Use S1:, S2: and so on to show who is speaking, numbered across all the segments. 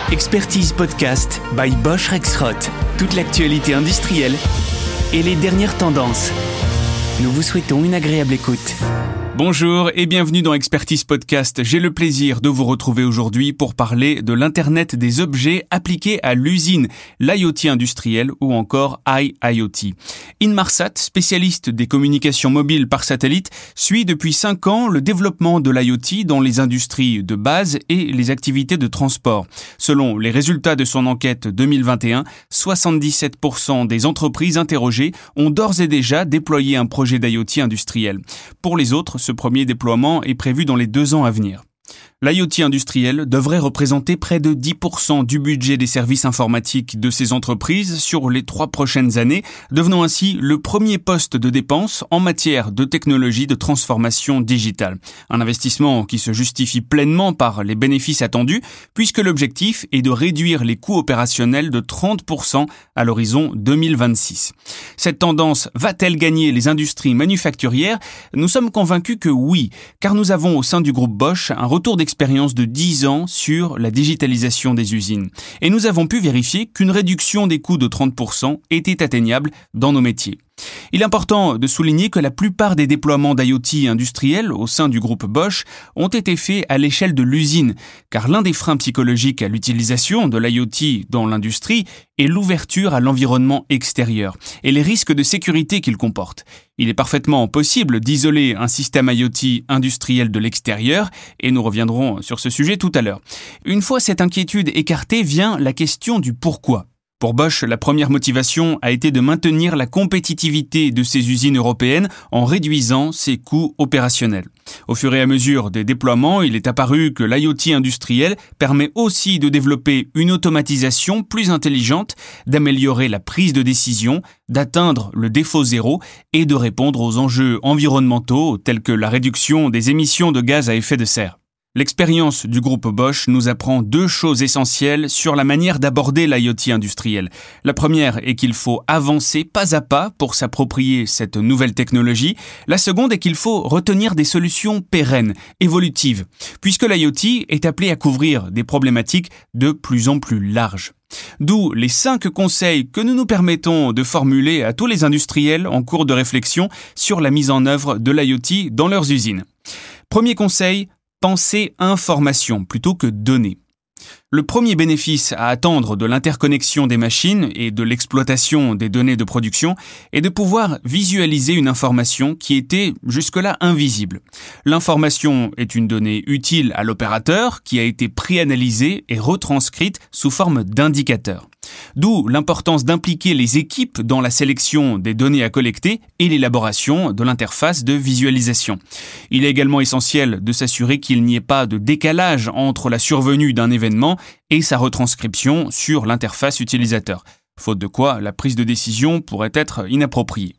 S1: Expertise Podcast by Bosch Rexroth. Toute l'actualité industrielle et les dernières tendances. Nous vous souhaitons une agréable écoute. Bonjour et bienvenue dans Expertise Podcast. J'ai le plaisir de vous retrouver aujourd'hui pour parler de l'Internet des objets appliqué à l'usine, l'IoT industriel ou encore IIoT. Inmarsat, spécialiste des communications mobiles par satellite, suit depuis 5 ans le développement de l'IoT dans les industries de base et les activités de transport. Selon les résultats de son enquête 2021, 77% des entreprises interrogées ont d'ores et déjà déployé un projet d'IoT industriel. Pour les autres, ce premier déploiement est prévu dans les 2 ans à venir. L'IoT industriel devrait représenter près de 10% du budget des services informatiques de ces entreprises sur les 3 prochaines années, devenant ainsi le premier poste de dépense en matière de technologie de transformation digitale. Un investissement qui se justifie pleinement par les bénéfices attendus, puisque l'objectif est de réduire les coûts opérationnels de 30% à l'horizon 2026. Cette tendance va-t-elle gagner les industries manufacturières ? Nous sommes convaincus que oui, car nous avons au sein du groupe Bosch un retour d'expérience de 10 ans sur la digitalisation des usines. Et nous avons pu vérifier qu'une réduction des coûts de 30% était atteignable dans nos métiers. Il est important de souligner que la plupart des déploiements d'IoT industriels au sein du groupe Bosch ont été faits à l'échelle de l'usine, car l'un des freins psychologiques à l'utilisation de l'IoT dans l'industrie est l'ouverture à l'environnement extérieur et les risques de sécurité qu'il comporte. Il est parfaitement possible d'isoler un système IoT industriel de l'extérieur, et nous reviendrons sur ce sujet tout à l'heure. Une fois cette inquiétude écartée, vient la question du pourquoi. Pour Bosch, la première motivation a été de maintenir la compétitivité de ses usines européennes en réduisant ses coûts opérationnels. Au fur et à mesure des déploiements, il est apparu que l'IoT industriel permet aussi de développer une automatisation plus intelligente, d'améliorer la prise de décision, d'atteindre le défaut zéro et de répondre aux enjeux environnementaux tels que la réduction des émissions de gaz à effet de serre. L'expérience du groupe Bosch nous apprend 2 choses essentielles sur la manière d'aborder l'IoT industriel. La première est qu'il faut avancer pas à pas pour s'approprier cette nouvelle technologie. La seconde est qu'il faut retenir des solutions pérennes, évolutives, puisque l'IoT est appelé à couvrir des problématiques de plus en plus larges. D'où les 5 conseils que nous nous permettons de formuler à tous les industriels en cours de réflexion sur la mise en œuvre de l'IoT dans leurs usines. Premier conseil, pensez information plutôt que données. Le premier bénéfice à attendre de l'interconnexion des machines et de l'exploitation des données de production est de pouvoir visualiser une information qui était jusque-là invisible. L'information est une donnée utile à l'opérateur qui a été préanalysée et retranscrite sous forme d'indicateurs. D'où l'importance d'impliquer les équipes dans la sélection des données à collecter et l'élaboration de l'interface de visualisation. Il est également essentiel de s'assurer qu'il n'y ait pas de décalage entre la survenue d'un événement et sa retranscription sur l'interface utilisateur, faute de quoi la prise de décision pourrait être inappropriée.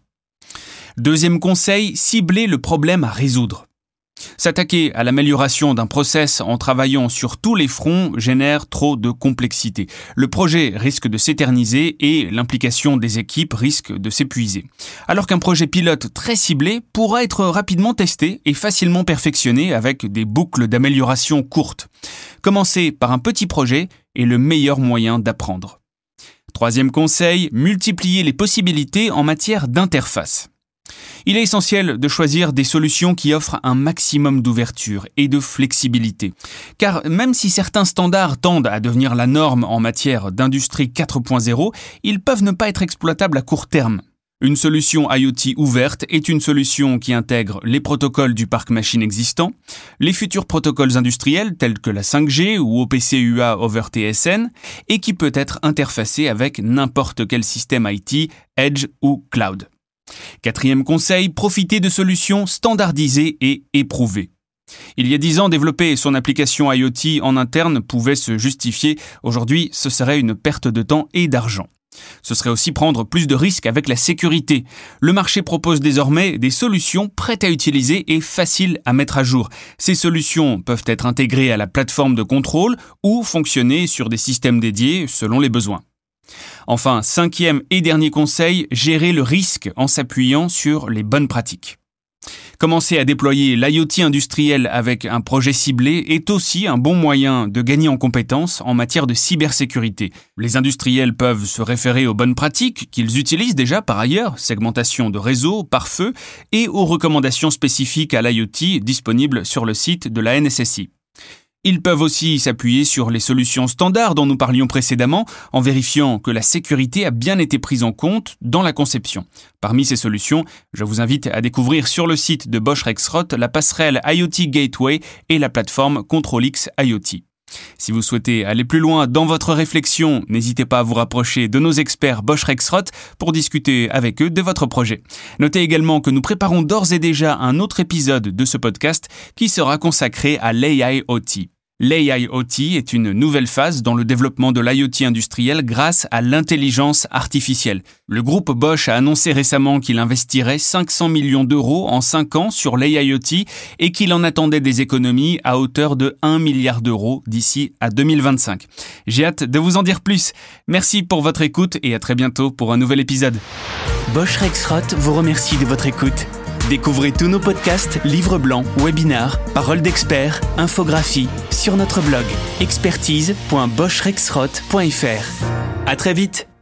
S1: Deuxième conseil, cibler le problème à résoudre. S'attaquer à l'amélioration d'un process en travaillant sur tous les fronts génère trop de complexité. Le projet risque de s'éterniser et l'implication des équipes risque de s'épuiser. Alors qu'un projet pilote très ciblé pourra être rapidement testé et facilement perfectionné avec des boucles d'amélioration courtes. Commencer par un petit projet est le meilleur moyen d'apprendre. Troisième conseil, multiplier les possibilités en matière d'interface. Il est essentiel de choisir des solutions qui offrent un maximum d'ouverture et de flexibilité. Car même si certains standards tendent à devenir la norme en matière d'industrie 4.0, ils peuvent ne pas être exploitables à court terme. Une solution IoT ouverte est une solution qui intègre les protocoles du parc machine existant, les futurs protocoles industriels tels que la 5G ou OPC UA over TSN, et qui peut être interfacée avec n'importe quel système IT, Edge ou Cloud. Quatrième conseil, profiter de solutions standardisées et éprouvées. Il y a 10 ans, développer son application IoT en interne pouvait se justifier. Aujourd'hui, ce serait une perte de temps et d'argent. Ce serait aussi prendre plus de risques avec la sécurité. Le marché propose désormais des solutions prêtes à utiliser et faciles à mettre à jour. Ces solutions peuvent être intégrées à la plateforme de contrôle ou fonctionner sur des systèmes dédiés selon les besoins. Enfin, 5e et dernier conseil, gérer le risque en s'appuyant sur les bonnes pratiques. Commencer à déployer l'IoT industriel avec un projet ciblé est aussi un bon moyen de gagner en compétences en matière de cybersécurité. Les industriels peuvent se référer aux bonnes pratiques qu'ils utilisent déjà par ailleurs, segmentation de réseau, pare-feu, et aux recommandations spécifiques à l'IoT disponibles sur le site de la NSSI. Ils peuvent aussi s'appuyer sur les solutions standards dont nous parlions précédemment en vérifiant que la sécurité a bien été prise en compte dans la conception. Parmi ces solutions, je vous invite à découvrir sur le site de Bosch Rexroth la passerelle IoT Gateway et la plateforme ControlX IoT. Si vous souhaitez aller plus loin dans votre réflexion, n'hésitez pas à vous rapprocher de nos experts Bosch Rexroth pour discuter avec eux de votre projet. Notez également que nous préparons d'ores et déjà un autre épisode de ce podcast qui sera consacré à l'AIoT. L'AIoT est une nouvelle phase dans le développement de l'IoT industriel grâce à l'intelligence artificielle. Le groupe Bosch a annoncé récemment qu'il investirait 500 millions d'euros en 5 ans sur l'AIoT et qu'il en attendait des économies à hauteur de 1 milliard d'euros d'ici à 2025. J'ai hâte de vous en dire plus. Merci pour votre écoute et à très bientôt pour un nouvel épisode. Bosch Rexroth vous remercie de votre écoute. Découvrez tous nos podcasts, livres blancs, webinars, paroles d'experts, infographies sur notre blog expertise.boschrexroth.fr. À très vite.